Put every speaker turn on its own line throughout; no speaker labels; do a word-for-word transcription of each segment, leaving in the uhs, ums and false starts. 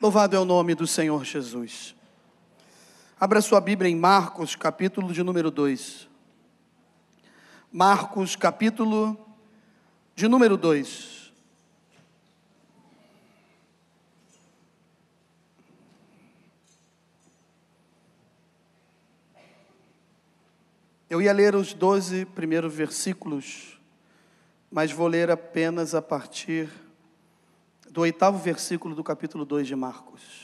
Louvado é o nome do Senhor Jesus. Abra sua Bíblia em Marcos, capítulo de número dois. Marcos, capítulo de número dois. Eu ia ler os doze primeiros versículos, mas vou ler apenas a partir do oitavo versículo do capítulo dois de Marcos.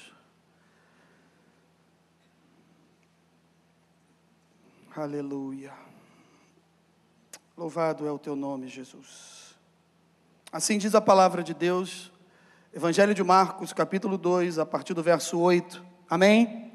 Aleluia. Louvado é o teu nome, Jesus. Assim diz a palavra de Deus, Evangelho de Marcos, capítulo dois, a partir do verso oito. Amém?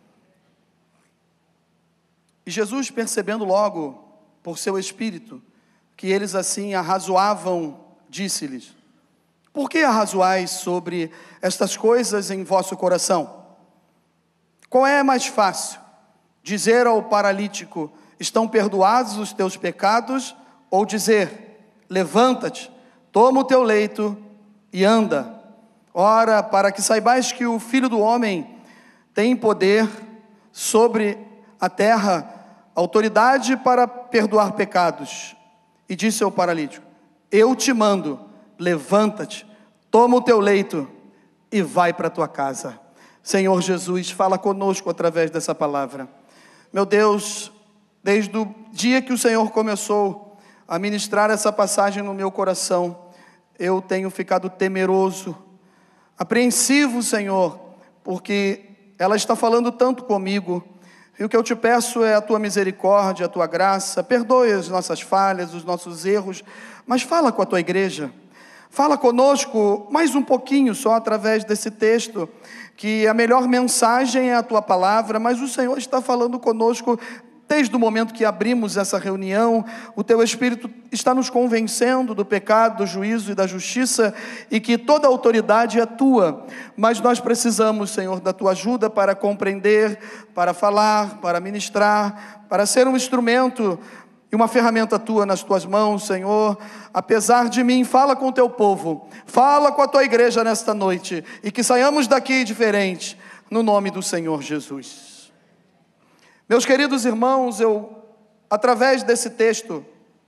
E Jesus, percebendo logo, por seu espírito, que eles assim arrazoavam, disse-lhes: por que arrazoais sobre estas coisas em vosso coração? Qual é mais fácil? Dizer ao paralítico: estão perdoados os teus pecados? Ou dizer: levanta-te, toma o teu leito e anda. Ora, para que saibais que o Filho do Homem tem poder sobre a terra, autoridade para perdoar pecados. E disse ao paralítico: eu te mando, levanta-te, toma o teu leito e vai para a tua casa. Senhor Jesus, fala conosco através dessa palavra. Meu Deus, desde o dia que o Senhor começou a ministrar essa passagem no meu coração, eu tenho ficado temeroso, apreensivo, Senhor, porque ela está falando tanto comigo. E o que eu te peço é a tua misericórdia, a tua graça. Perdoe as nossas falhas, os nossos erros, mas fala com a tua igreja. Fala conosco mais um pouquinho só através desse texto, que a melhor mensagem é a tua palavra, mas o Senhor está falando conosco desde o momento que abrimos essa reunião. O teu Espírito está nos convencendo do pecado, do juízo e da justiça, e que toda a autoridade é tua, mas nós precisamos, Senhor, da tua ajuda para compreender, para falar, para ministrar, para ser um instrumento e uma ferramenta tua nas tuas mãos, Senhor. Apesar de mim, fala com o teu povo, fala com a tua igreja nesta noite, e que saiamos daqui diferente, no nome do Senhor Jesus. Meus queridos irmãos, eu, através desse texto,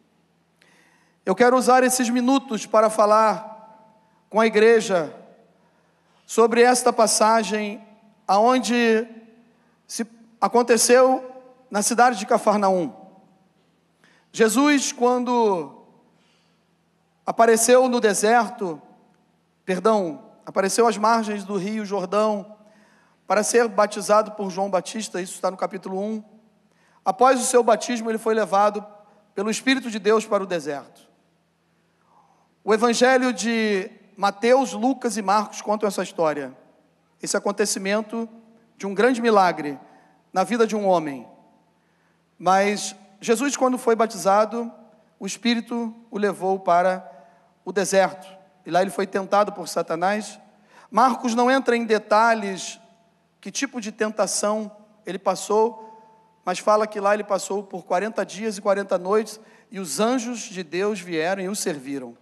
eu quero usar esses minutos para falar com a igreja sobre esta passagem, aonde se aconteceu na cidade de Cafarnaum. Jesus, quando apareceu no deserto, perdão, apareceu às margens do rio Jordão, para ser batizado por João Batista, isso está no capítulo um. Após o seu batismo, ele foi levado pelo Espírito de Deus para o deserto. O Evangelho de Mateus, Lucas e Marcos contam essa história, esse acontecimento de um grande milagre na vida de um homem. Mas Jesus, quando foi batizado, o Espírito o levou para o deserto, e lá ele foi tentado por Satanás. Marcos não entra em detalhes que tipo de tentação ele passou, mas fala que lá ele passou por quarenta dias e quarenta noites, e os anjos de Deus vieram e o serviram.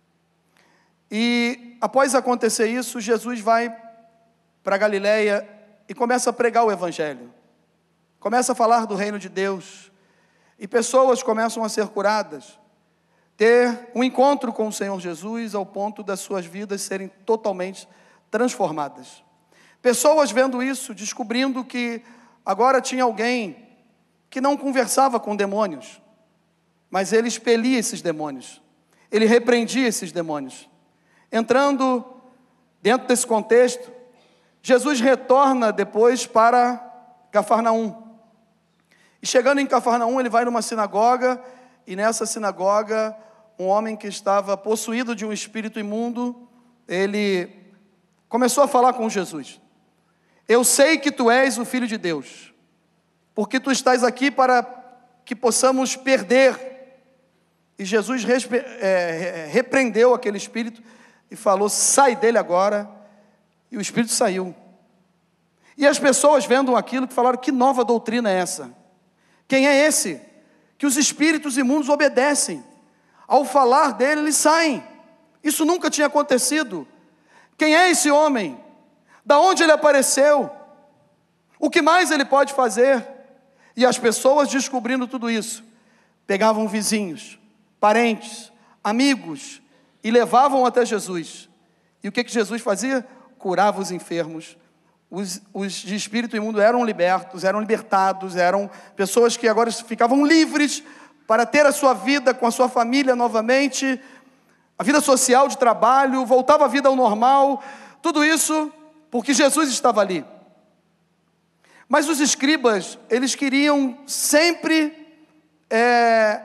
E após acontecer isso, Jesus vai para a Galileia e começa a pregar o Evangelho, começa a falar do reino de Deus, e pessoas começam a ser curadas, ter um encontro com o Senhor Jesus, ao ponto das suas vidas serem totalmente transformadas. Pessoas vendo isso, descobrindo que agora tinha alguém que não conversava com demônios, mas ele expelia esses demônios, ele repreendia esses demônios. Entrando dentro desse contexto, Jesus retorna depois para Cafarnaum. E chegando em Cafarnaum, ele vai numa sinagoga, e nessa sinagoga, um homem que estava possuído de um espírito imundo, ele começou a falar com Jesus. Eu sei que tu és o Filho de Deus, porque tu estás aqui para que possamos perder. E Jesus respe, é, repreendeu aquele espírito e falou: sai dele agora. E o espírito saiu. E as pessoas vendo aquilo, que falaram: que nova doutrina é essa? Quem é esse que os espíritos imundos obedecem? Ao falar dele, eles saem. Isso nunca tinha acontecido. Quem é esse homem? Da onde ele apareceu? O que mais ele pode fazer? E as pessoas, descobrindo tudo isso, pegavam vizinhos, parentes, amigos e levavam até Jesus. E o que que Jesus fazia? Curava os enfermos. Os, os de espírito imundo eram libertos, eram libertados, eram pessoas que agora ficavam livres para ter a sua vida com a sua família novamente, a vida social de trabalho, voltava a vida ao normal, tudo isso porque Jesus estava ali. Mas os escribas, eles queriam sempre é,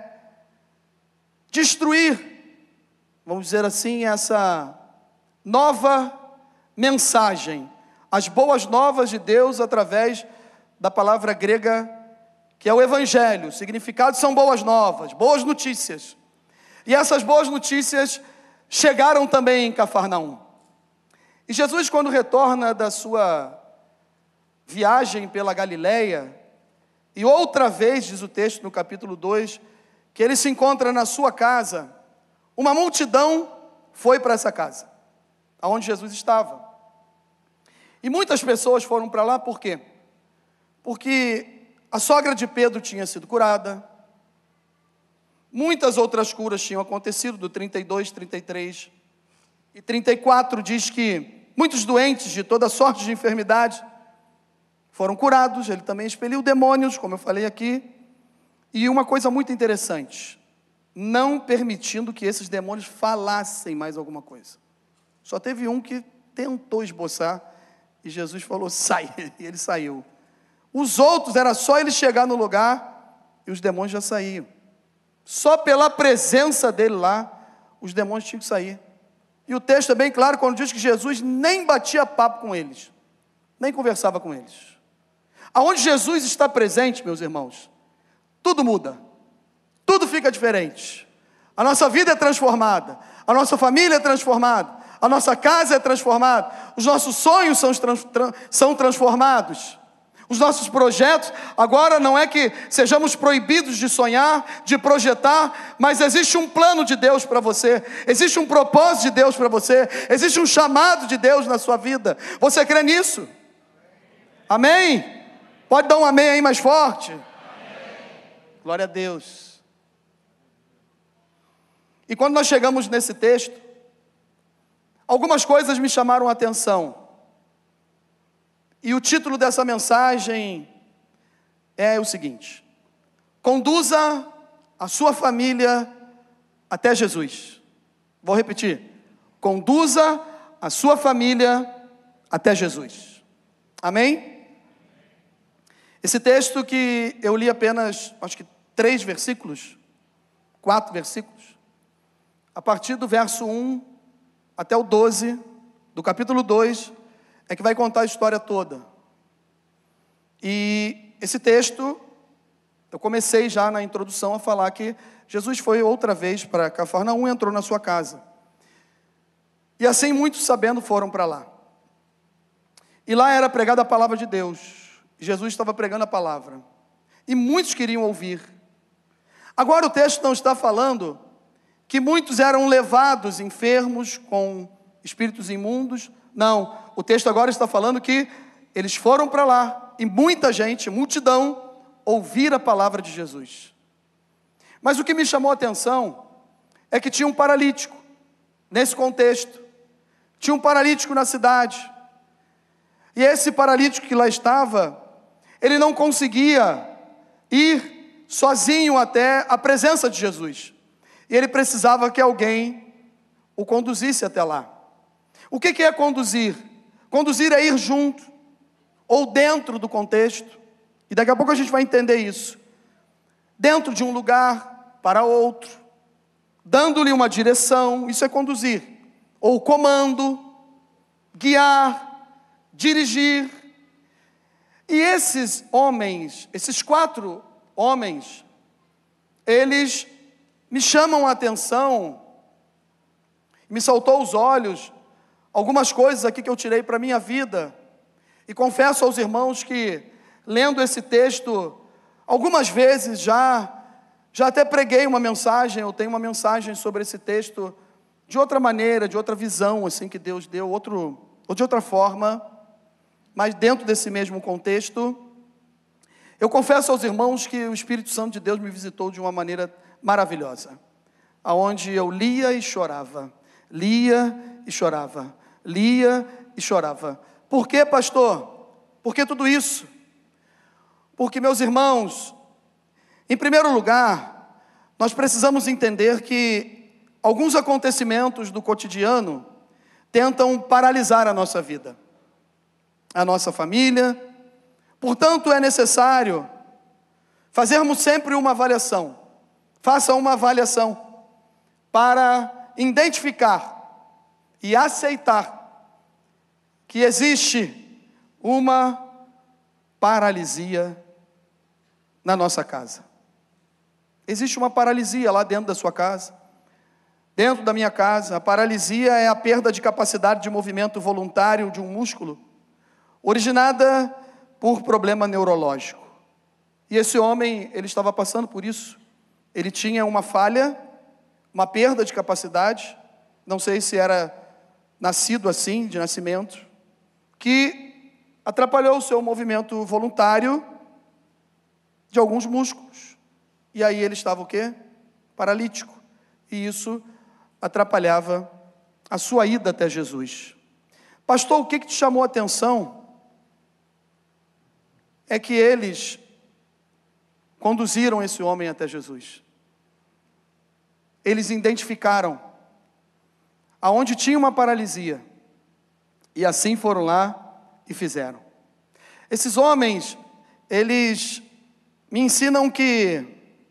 destruir, vamos dizer assim, essa nova mensagem, as boas novas de Deus através da palavra grega, que é o evangelho. O significado são boas novas, boas notícias. E essas boas notícias chegaram também em Cafarnaum. E Jesus, quando retorna da sua viagem pela Galileia, e outra vez, diz o texto no capítulo dois, que ele se encontra na sua casa, uma multidão foi para essa casa, aonde Jesus estava. E muitas pessoas foram para lá, por quê? Porque a sogra de Pedro tinha sido curada, muitas outras curas tinham acontecido, do trinta e dois, trinta e três e trinta e quatro diz que muitos doentes de toda sorte de enfermidade foram curados, ele também expeliu demônios, como eu falei aqui, e uma coisa muito interessante, não permitindo que esses demônios falassem mais alguma coisa. Só teve um que tentou esboçar, e Jesus falou, sai, e ele saiu. Os outros, era só ele chegar no lugar, e os demônios já saíam. Só pela presença dele lá, os demônios tinham que sair. E o texto é bem claro quando diz que Jesus nem batia papo com eles, nem conversava com eles. Aonde Jesus está presente, meus irmãos, tudo muda, tudo fica diferente. A nossa vida é transformada, a nossa família é transformada, a nossa casa é transformada, os nossos sonhos são, são transformados. Os nossos projetos, agora não é que sejamos proibidos de sonhar, de projetar, mas existe um plano de Deus para você, existe um propósito de Deus para você, existe um chamado de Deus na sua vida. Você crê nisso? Amém? Pode dar um amém aí mais forte? Amém. Glória a Deus. E quando nós chegamos nesse texto, algumas coisas me chamaram a atenção. E o título dessa mensagem é o seguinte: conduza a sua família até Jesus. Vou repetir: conduza a sua família até Jesus. Amém? Esse texto que eu li apenas, acho que três versículos, quatro versículos, a partir do verso um até o doze, do capítulo dois, é que vai contar a história toda. E esse texto, eu comecei já na introdução a falar que Jesus foi outra vez para Cafarnaum e entrou na sua casa. E assim muitos, sabendo, foram para lá. E lá era pregada a palavra de Deus. Jesus estava pregando a palavra. E muitos queriam ouvir. Agora o texto não está falando que muitos eram levados enfermos com espíritos imundos. Não, o texto agora está falando que eles foram para lá e muita gente, multidão, ouvir a palavra de Jesus. Mas o que me chamou a atenção é que tinha um paralítico nesse contexto. Tinha um paralítico na cidade. E esse paralítico que lá estava, ele não conseguia ir sozinho até a presença de Jesus. E ele precisava que alguém o conduzisse até lá. O que é conduzir? Conduzir é ir junto, ou dentro do contexto. E daqui a pouco a gente vai entender isso. Dentro de um lugar para outro, dando-lhe uma direção, isso é conduzir. Ou comando, guiar, dirigir. E esses homens, esses quatro homens, eles me chamam a atenção, me saltou aos olhos algumas coisas aqui que eu tirei para a minha vida. E confesso aos irmãos que, lendo esse texto, algumas vezes já, já até preguei uma mensagem, eu tenho uma mensagem sobre esse texto, de outra maneira, de outra visão, assim, que Deus deu, outro, ou de outra forma. mas dentro desse mesmo contexto, eu confesso aos irmãos que o Espírito Santo de Deus me visitou de uma maneira maravilhosa, aonde eu lia e chorava, lia e chorava, lia e chorava. Por quê, pastor? Por que tudo isso? Porque, meus irmãos, em primeiro lugar, nós precisamos entender que alguns acontecimentos do cotidiano tentam paralisar a nossa vida, a nossa família. Portanto, é necessário fazermos sempre uma avaliação. Faça uma avaliação para identificar e aceitar que existe uma paralisia na nossa casa. Existe uma paralisia lá dentro da sua casa, dentro da minha casa. A paralisia é a perda de capacidade de movimento voluntário de um músculo, originada por problema neurológico. E esse homem, ele estava passando por isso. Ele tinha uma falha, uma perda de capacidade, não sei se era nascido assim, de nascimento, que atrapalhou o seu movimento voluntário de alguns músculos. E aí ele estava o quê? Paralítico. E isso atrapalhava a sua ida até Jesus. Pastor, o que que te chamou a atenção? É que eles conduziram esse homem até Jesus. Eles identificaram aonde tinha uma paralisia. E assim foram lá e fizeram. Esses homens, eles me ensinam que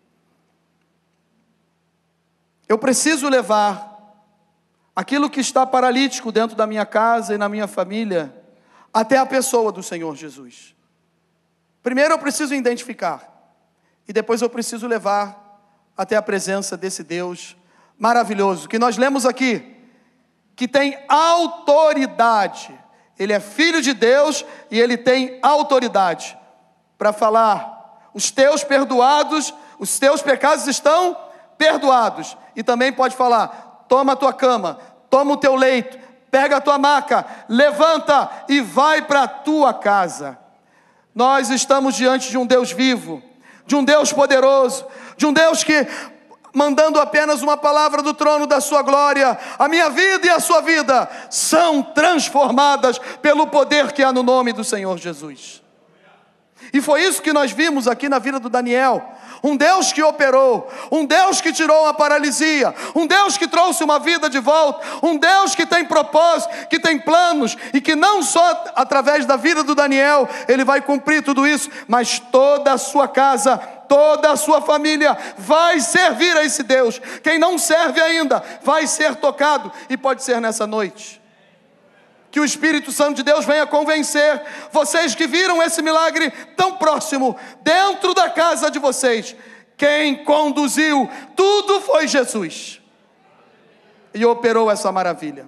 eu preciso levar aquilo que está paralítico dentro da minha casa e na minha família até a pessoa do Senhor Jesus. Primeiro eu preciso identificar, e depois eu preciso levar até a presença desse Deus maravilhoso, que nós lemos aqui, que tem autoridade. Ele é filho de Deus e ele tem autoridade para falar: os teus perdoados, os teus pecados estão perdoados. E também pode falar: toma a tua cama, toma o teu leito, pega a tua maca, levanta e vai para a tua casa. Nós estamos diante de um Deus vivo, de um Deus poderoso, de um Deus que, mandando apenas uma palavra do trono da sua glória, a minha vida e a sua vida são transformadas pelo poder que há no nome do Senhor Jesus. E foi isso que nós vimos aqui na vida do Daniel. Um Deus que operou, um Deus que tirou a paralisia, um Deus que trouxe uma vida de volta, um Deus que tem propósito, que tem planos, e que não só através da vida do Daniel ele vai cumprir tudo isso, mas toda a sua casa, toda a sua família vai servir a esse Deus. Quem não serve ainda vai ser tocado, e pode ser nessa noite. Que o Espírito Santo de Deus venha convencer vocês que viram esse milagre tão próximo, dentro da casa de vocês. Quem conduziu tudo foi Jesus, e operou essa maravilha.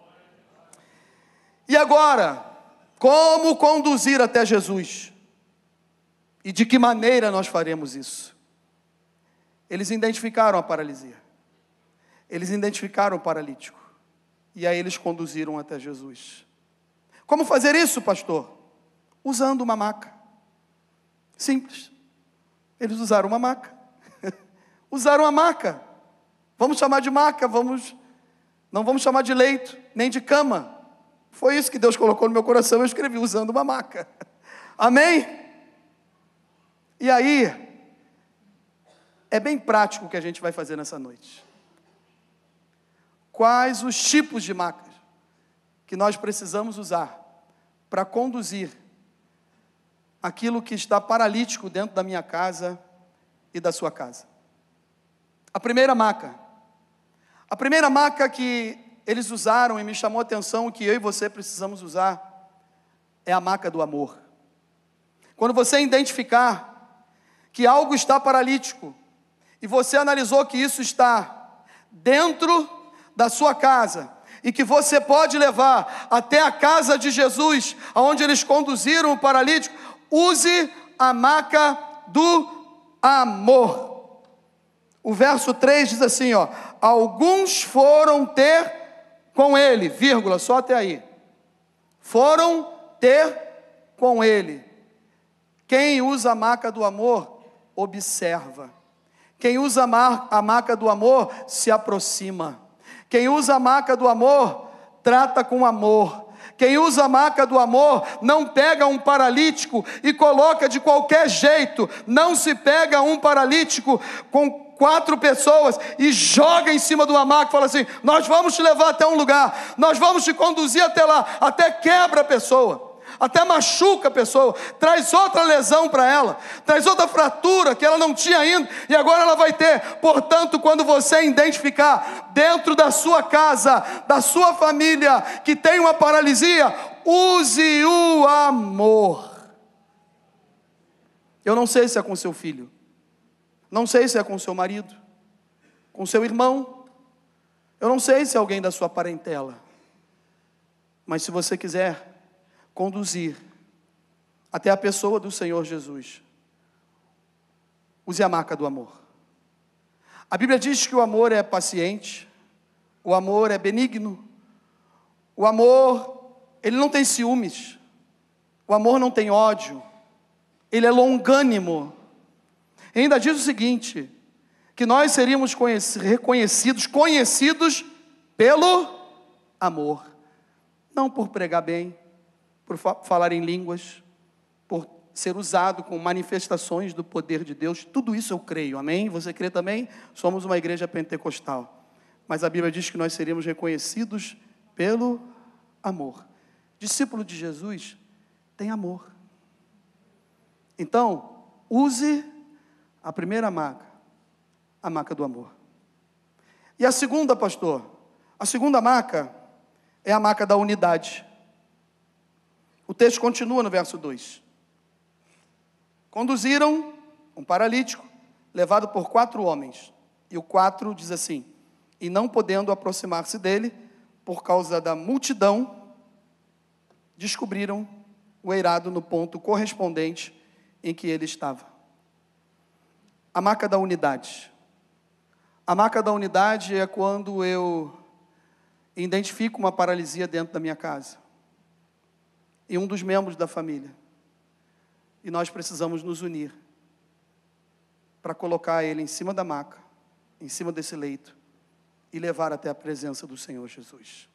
E agora, como conduzir até Jesus? E de que maneira nós faremos isso? Eles identificaram a paralisia, eles identificaram o paralítico, e aí eles conduziram até Jesus. Como fazer isso, pastor? Usando uma maca. Simples. Eles usaram uma maca. Usaram a maca. Vamos chamar de maca, vamos, não vamos chamar de leito, nem de cama. Foi isso que Deus colocou no meu coração, eu escrevi, usando uma maca. Amém? E aí, é bem prático o que a gente vai fazer nessa noite. Quais os tipos de macas que nós precisamos usar para conduzir aquilo que está paralítico dentro da minha casa e da sua casa? A primeira maca, a primeira maca que eles usaram e me chamou a atenção, que eu e você precisamos usar, é a maca do amor. Quando você identificar que algo está paralítico, e você analisou que isso está dentro da sua casa, e que você pode levar até a casa de Jesus, aonde eles conduziram o paralítico, use a maca do amor. O verso três diz assim, ó: alguns foram ter com ele, vírgula, só até aí. Foram ter com ele. Quem usa a maca do amor, observa. Quem usa a maca do amor, se aproxima. Quem usa a maca do amor, trata com amor. Quem usa a maca do amor, não pega um paralítico e coloca de qualquer jeito. Não se pega um paralítico com quatro pessoas e joga em cima de uma maca e fala assim: nós vamos te levar até um lugar, nós vamos te conduzir até lá. Até quebra a pessoa, até machuca a pessoa, traz outra lesão para ela, traz outra fratura que ela não tinha ainda e agora ela vai ter. Portanto, quando você identificar dentro da sua casa, da sua família, que tem uma paralisia, use o amor. Eu não sei se é com seu filho, não sei se é com seu marido, com seu irmão, eu não sei se é alguém da sua parentela, mas se você quiser conduzir até a pessoa do Senhor Jesus, use a maca do amor. A Bíblia diz que o amor é paciente, o amor é benigno, o amor, ele não tem ciúmes, o amor não tem ódio, ele é longânimo. E ainda diz o seguinte, que nós seríamos reconhecidos, conhecidos pelo amor, não por pregar bem, por falar em línguas, por ser usado com manifestações do poder de Deus. Tudo isso eu creio, amém? Você crê também? Somos uma igreja pentecostal, mas a Bíblia diz que nós seríamos reconhecidos pelo amor. Discípulo de Jesus tem amor. Então, use a primeira maca, a maca do amor. E a segunda, pastor? A segunda maca é a maca da unidade. O texto continua no verso dois. Conduziram um paralítico, levado por quatro homens. E o quatro diz assim: e não podendo aproximar-se dele, por causa da multidão, descobriram o eirado no ponto correspondente em que ele estava. A maca da unidade. A maca da unidade é quando eu identifico uma paralisia dentro da minha casa e um dos membros da família, e nós precisamos nos unir para colocar ele em cima da maca, em cima desse leito, e levar até a presença do Senhor Jesus.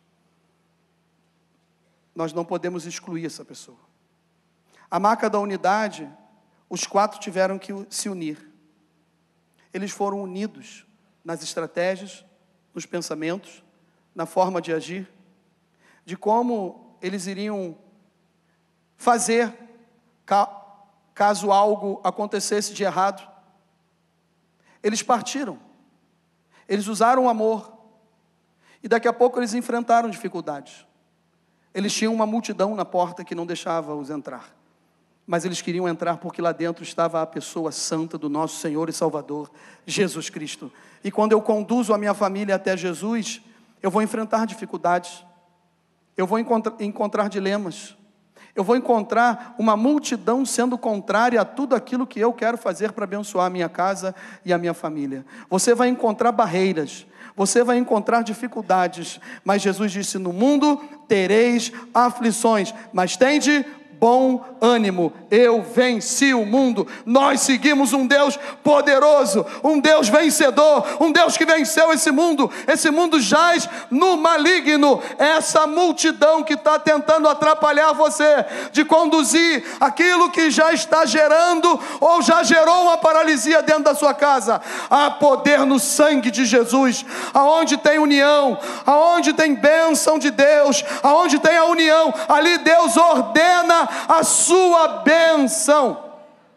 Nós não podemos excluir essa pessoa. A maca da unidade, os quatro tiveram que se unir. Eles foram unidos nas estratégias, nos pensamentos, na forma de agir, de como eles iriam fazer caso algo acontecesse de errado. Eles partiram, eles usaram o amor, e daqui a pouco eles enfrentaram dificuldades. Eles tinham uma multidão na porta que não deixava-os entrar, mas eles queriam entrar porque lá dentro estava a pessoa santa do nosso Senhor e Salvador, Jesus Cristo. E quando eu conduzo a minha família até Jesus, eu vou enfrentar dificuldades, eu vou encontrar, encontrar dilemas, eu vou encontrar uma multidão sendo contrária a tudo aquilo que eu quero fazer para abençoar a minha casa e a minha família. Você vai encontrar barreiras, você vai encontrar dificuldades, mas Jesus disse: no mundo tereis aflições, mas tende bom ânimo, eu venci o mundo. Nós seguimos um Deus poderoso, um Deus vencedor, um Deus que venceu esse mundo. Esse mundo jaz no maligno. Essa multidão que está tentando atrapalhar você de conduzir aquilo que já está gerando ou já gerou uma paralisia dentro da sua casa. Há poder no sangue de Jesus. Aonde tem união, aonde tem bênção de Deus, aonde tem a união, ali Deus ordena a sua bênção.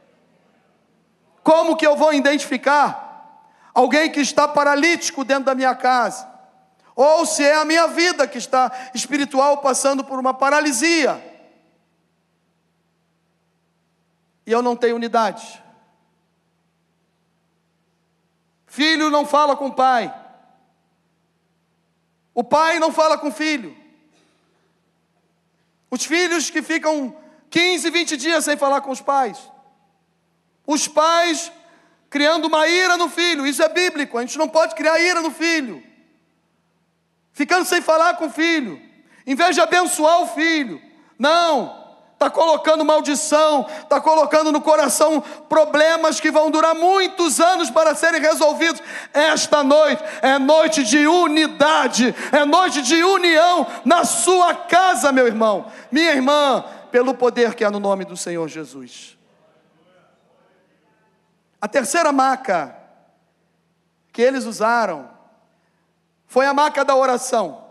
Como que eu vou identificar alguém que está paralítico dentro da minha casa? Ou se é a minha vida que está espiritual passando por uma paralisia, e eu não tenho unidade. Filho não fala com o pai, o pai não fala com o filho, os filhos que ficam quinze, vinte dias sem falar com os pais, os pais criando uma ira no filho. Isso é bíblico, a gente não pode criar ira no filho, ficando sem falar com o filho, em vez de abençoar o filho. Não, está colocando maldição, está colocando no coração problemas que vão durar muitos anos para serem resolvidos. Esta noite é noite de unidade, é noite de união na sua casa, meu irmão, minha irmã, pelo poder que há no nome do Senhor Jesus. A terceira maca que eles usaram foi a maca da oração.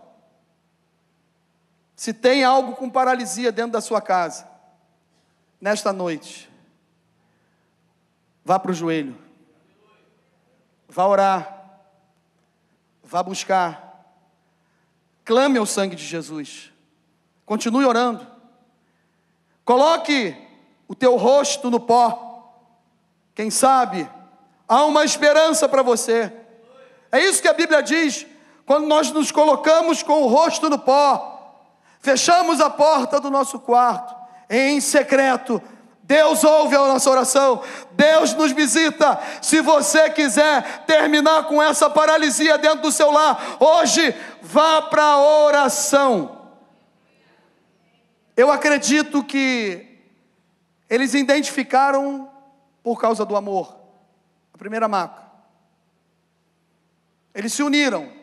Se tem algo com paralisia dentro da sua casa, nesta noite, vá para o joelho, vá orar, vá buscar, clame ao sangue de Jesus, continue orando, coloque o teu rosto no pó, quem sabe, há uma esperança para você. É isso que a Bíblia diz, quando nós nos colocamos com o rosto no pó, fechamos a porta do nosso quarto, em secreto, Deus ouve a nossa oração, Deus nos visita. Se você quiser terminar com essa paralisia dentro do seu lar, hoje, vá para a oração. Eu acredito que eles identificaram por causa do amor, a primeira marca. Eles se uniram.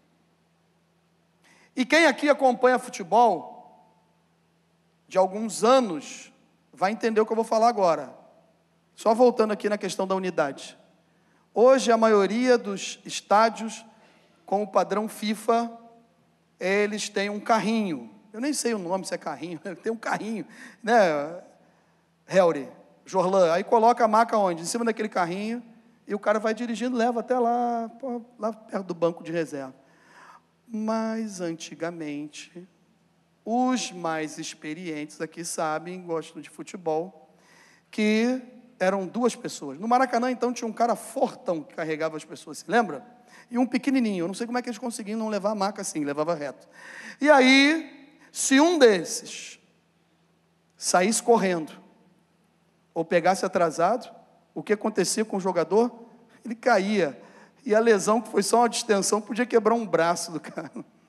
E quem aqui acompanha futebol de alguns anos vai entender o que eu vou falar agora. Só voltando aqui na questão da unidade. Hoje a maioria dos estádios com o padrão FIFA, eles têm um carrinho. Eu nem sei o nome, se é carrinho, tem um carrinho, né? Helry, Jorlan, aí coloca a maca onde? Em cima daquele carrinho, e o cara vai dirigindo, leva até lá, lá perto do banco de reserva. Mas antigamente, os mais experientes aqui sabem, gostam de futebol, que eram duas pessoas. No Maracanã, então, tinha um cara fortão que carregava as pessoas, se lembra? E um pequenininho, eu não sei como é que eles conseguiam não levar a maca assim, levava reto. E aí, se um desses saísse correndo, ou pegasse atrasado, o que acontecia com o jogador? Ele caía. E a lesão, que foi só uma distensão, podia quebrar um braço do cara.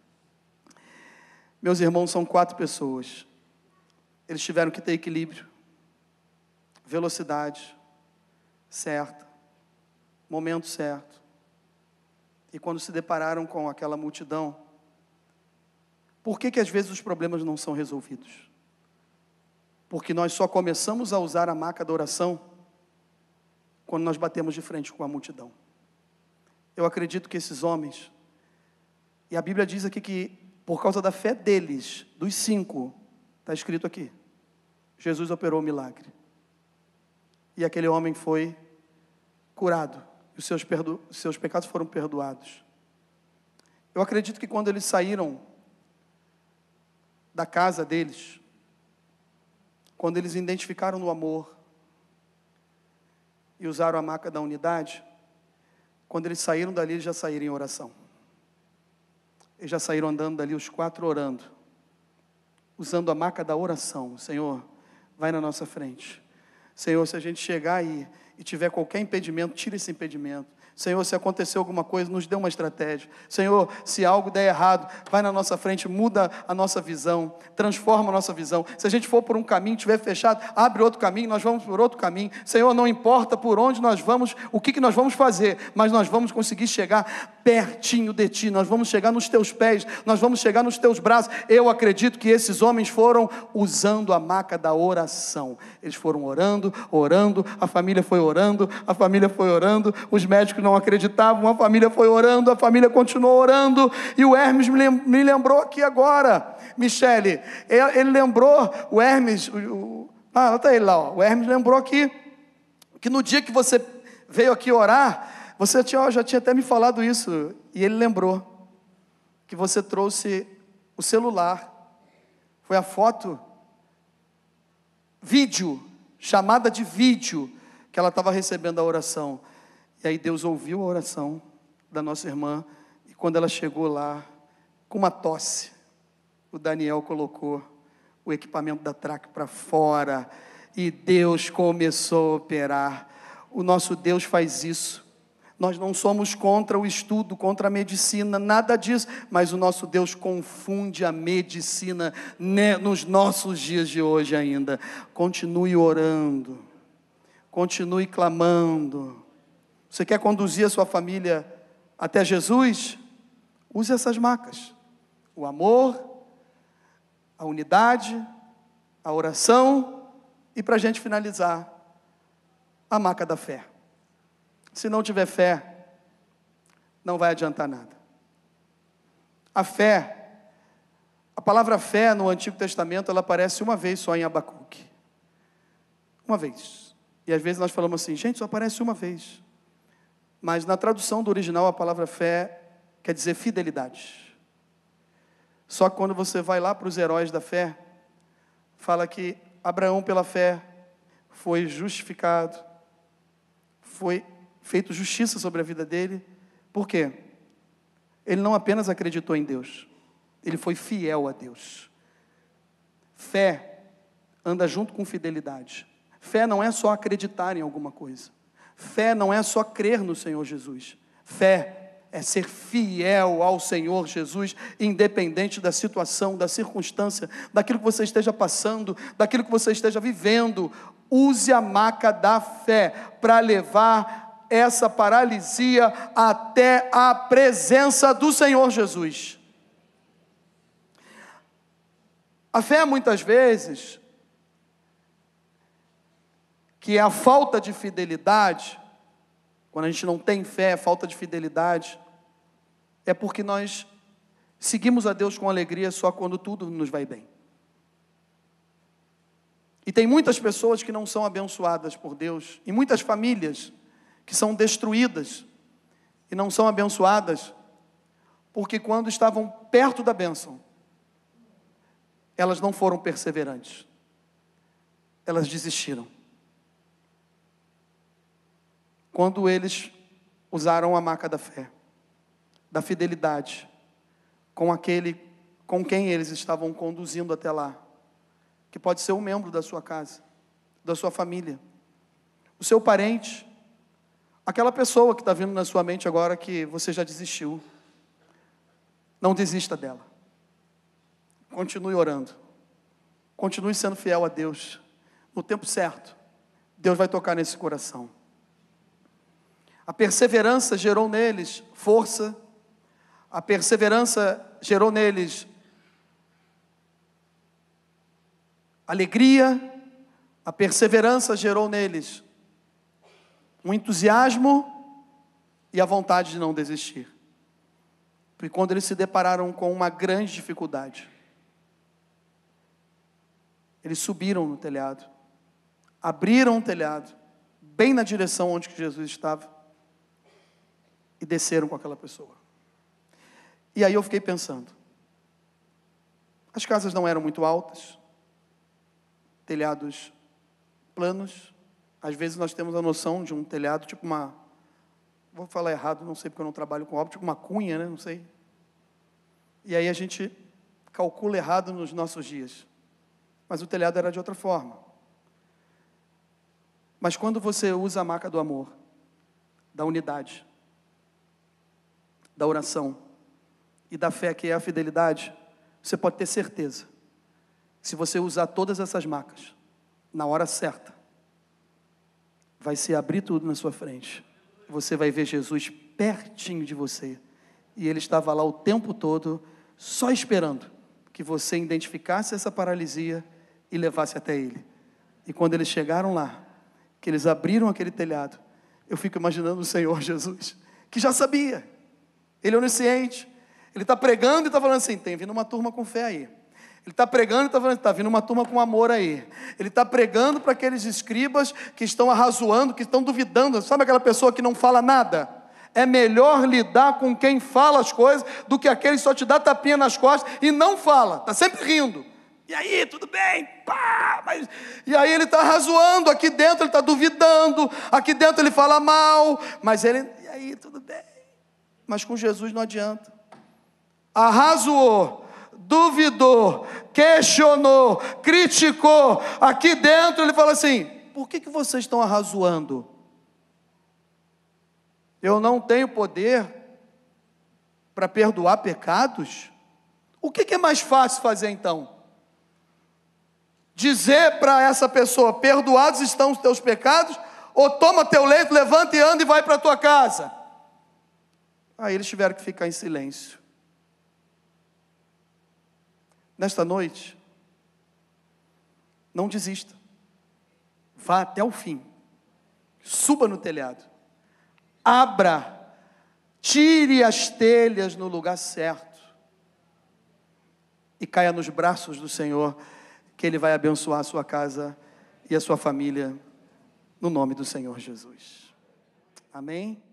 Meus irmãos, são quatro pessoas. Eles tiveram que ter equilíbrio, velocidade certa, momento certo. E quando se depararam com aquela multidão, por que que às vezes os problemas não são resolvidos? Porque nós só começamos a usar a maca da oração quando nós batemos de frente com a multidão. Eu acredito que esses homens, e a Bíblia diz aqui que por causa da fé deles, dos cinco, está escrito aqui, Jesus operou o milagre. E aquele homem foi curado, e os seus, perdo, os seus pecados foram perdoados. Eu acredito que quando eles saíram da casa deles, quando eles identificaram no amor e usaram a maca da unidade, quando eles saíram dali, eles já saíram em oração. Eles já saíram andando dali, os quatro orando, usando a maca da oração. Senhor, vai na nossa frente. Senhor, se a gente chegar aí e tiver qualquer impedimento, tira esse impedimento. Senhor, se acontecer alguma coisa, nos dê uma estratégia. Senhor, se algo der errado, vai na nossa frente, muda a nossa visão, transforma a nossa visão. Se a gente for por um caminho, estiver fechado, abre outro caminho, nós vamos por outro caminho. Senhor, não importa por onde nós vamos, o que, que nós vamos fazer, mas nós vamos conseguir chegar pertinho de Ti, nós vamos chegar nos Teus pés, nós vamos chegar nos Teus braços. Eu acredito que esses homens foram usando a maca da oração. Eles foram orando, orando, a família foi orando, a família foi orando, os médicos não acreditavam, a família foi orando, a família continuou orando, e o Hermes me lembrou aqui agora, Michele, ele lembrou, o Hermes, o, o, ah, está ele lá, ó, o Hermes lembrou aqui, que no dia que você veio aqui orar, você tinha, já tinha até me falado isso, e ele lembrou, que você trouxe o celular, foi a foto, vídeo, chamada de vídeo, que ela estava recebendo a oração. E aí Deus ouviu a oração da nossa irmã, e quando ela chegou lá, com uma tosse, o Daniel colocou o equipamento da traque para fora, e Deus começou a operar. O nosso Deus faz isso. Nós não somos contra o estudo, contra a medicina, nada disso, mas o nosso Deus confunde a medicina, né, nos nossos dias de hoje ainda. Continue orando, continue clamando. Você quer conduzir a sua família até Jesus? Use essas macas: o amor, a unidade, a oração e, para a gente finalizar, a maca da fé. Se não tiver fé, não vai adiantar nada. A fé, a palavra fé no Antigo Testamento, ela aparece uma vez só em Abacuque. Uma vez. E às vezes nós falamos assim, gente, só aparece uma vez. Mas na tradução do original, a palavra fé quer dizer fidelidade. Só que quando você vai lá para os heróis da fé, fala que Abraão, pela fé, foi justificado, foi feito justiça sobre a vida dele. Por quê? Ele não apenas acreditou em Deus, ele foi fiel a Deus. Fé anda junto com fidelidade. Fé não é só acreditar em alguma coisa. Fé não é só crer no Senhor Jesus. Fé é ser fiel ao Senhor Jesus, independente da situação, da circunstância, daquilo que você esteja passando, daquilo que você esteja vivendo. Use a maca da fé para levar essa paralisia até a presença do Senhor Jesus. A fé, muitas vezes, que é a falta de fidelidade, quando a gente não tem fé, falta de fidelidade, é porque nós seguimos a Deus com alegria só quando tudo nos vai bem. E tem muitas pessoas que não são abençoadas por Deus, e muitas famílias que são destruídas e não são abençoadas, porque quando estavam perto da bênção, elas não foram perseverantes, elas desistiram. Quando eles usaram a maca da fé, da fidelidade, com aquele com quem eles estavam conduzindo até lá, que pode ser um membro da sua casa, da sua família, o seu parente, aquela pessoa que está vindo na sua mente agora que você já desistiu. Não desista dela. Continue orando. Continue sendo fiel a Deus. No tempo certo, Deus vai tocar nesse coração. A perseverança gerou neles força. A perseverança gerou neles alegria. A perseverança gerou neles um entusiasmo e a vontade de não desistir. Porque quando eles se depararam com uma grande dificuldade, eles subiram no telhado, abriram o telhado, bem na direção onde Jesus estava, e desceram com aquela pessoa. E aí eu fiquei pensando, as casas não eram muito altas, telhados planos. Às vezes nós temos a noção de um telhado, tipo uma, vou falar errado, não sei porque eu não trabalho com obra, tipo uma cunha, né? Não sei. E aí a gente calcula errado nos nossos dias. Mas o telhado era de outra forma. Mas quando você usa a maca do amor, da unidade, da oração e da fé, que é a fidelidade, você pode ter certeza, se você usar todas essas macas, na hora certa, vai se abrir tudo na sua frente. Você vai ver Jesus pertinho de você. E Ele estava lá o tempo todo, só esperando que você identificasse essa paralisia e levasse até Ele. E quando eles chegaram lá, que eles abriram aquele telhado, eu fico imaginando o Senhor Jesus, que já sabia. Ele é onisciente. Ele está pregando e está falando assim, tem vindo uma turma com fé aí. Ele está pregando e está falando, está vindo uma turma com amor aí. Ele está pregando para aqueles escribas que estão arrazoando, que estão duvidando. Sabe aquela pessoa que não fala nada? É melhor lidar com quem fala as coisas do que aquele que só te dá tapinha nas costas e não fala. Está sempre rindo. E aí, tudo bem? Pá, mas... E aí ele está arrazoando. Aqui dentro ele está duvidando. Aqui dentro ele fala mal. Mas ele... E aí, tudo bem? Mas com Jesus não adianta. Arrazoou, duvidou, questionou, criticou. Aqui dentro ele fala assim, por que, que vocês estão arrazoando? eu não tenho poder para perdoar pecados, o que, que é mais fácil fazer então? Dizer para essa pessoa, perdoados estão os teus pecados, ou toma teu leito, levanta e anda e vai para a tua casa? Aí eles tiveram que ficar em silêncio. Nesta noite, não desista. Vá até o fim. Suba no telhado. Abra. Tire as telhas no lugar certo. E caia nos braços do Senhor, que Ele vai abençoar a sua casa e a sua família, no nome do Senhor Jesus. Amém?